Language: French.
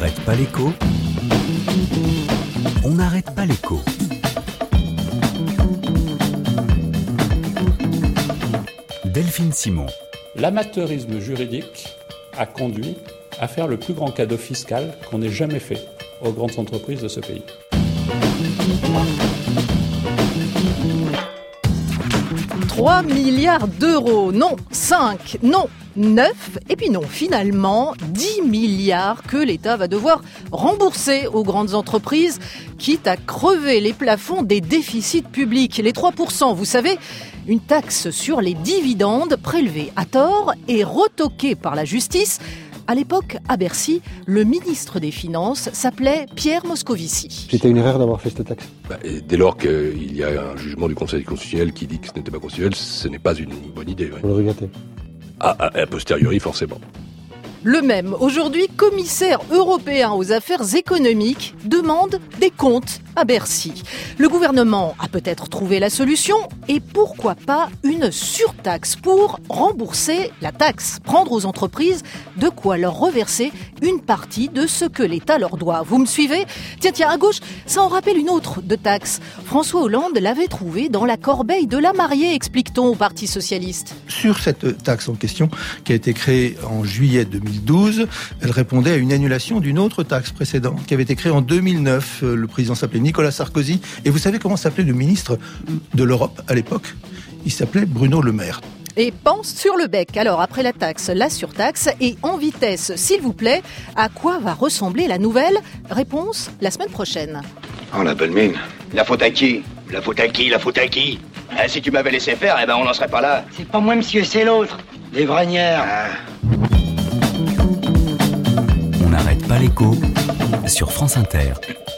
n'arrête pas l'écho. On n'arrête pas l'écho. Delphine Simon. L'amateurisme juridique a conduit à faire le plus grand cadeau fiscal qu'on ait jamais fait aux grandes entreprises de ce pays. « 3 milliards d'euros, non, 5, non, 9, et puis non, finalement, 10 milliards que l'État va devoir rembourser aux grandes entreprises, quitte à crever les plafonds des déficits publics. Les 3%, vous savez, une taxe sur les dividendes prélevée à tort et retoquée par la justice. À l'époque, à Bercy, le ministre des Finances s'appelait Pierre Moscovici. C'était une erreur d'avoir fait cette taxe. Dès lors qu'il y a un jugement du Conseil constitutionnel qui dit que ce n'était pas constitutionnel, ce n'est pas une bonne idée. Vous le regrettez ? A posteriori, forcément. Le même, aujourd'hui commissaire européen aux affaires économiques, demande des comptes à Bercy. Le gouvernement a peut-être trouvé la solution, et pourquoi pas une surtaxe pour rembourser la taxe, prendre aux entreprises de quoi leur reverser une partie de ce que l'État leur doit. Vous me suivez ? Tiens, à gauche, ça en rappelle une autre de taxe. François Hollande l'avait trouvée dans la corbeille de la mariée, explique-t-on au Parti socialiste. Sur cette taxe en question, qui a été créée en juillet 2012, elle répondait à une annulation d'une autre taxe précédente, qui avait été créée en 2009. Le président s'appelait Nicolas Sarkozy. Et vous savez comment s'appelait le ministre de l'Europe à l'époque ? Il s'appelait Bruno Le Maire. Et pense sur le bec. Alors, après la taxe, la surtaxe et en vitesse, s'il vous plaît, à quoi va ressembler la nouvelle ? Réponse la semaine prochaine. Oh, la bonne mine. La faute à qui ? La faute à qui ? La faute à qui ? Si tu m'avais laissé faire, on n'en serait pas là. C'est pas moi, monsieur, c'est l'autre. Les vragnères. On n'arrête pas l'écho sur France Inter.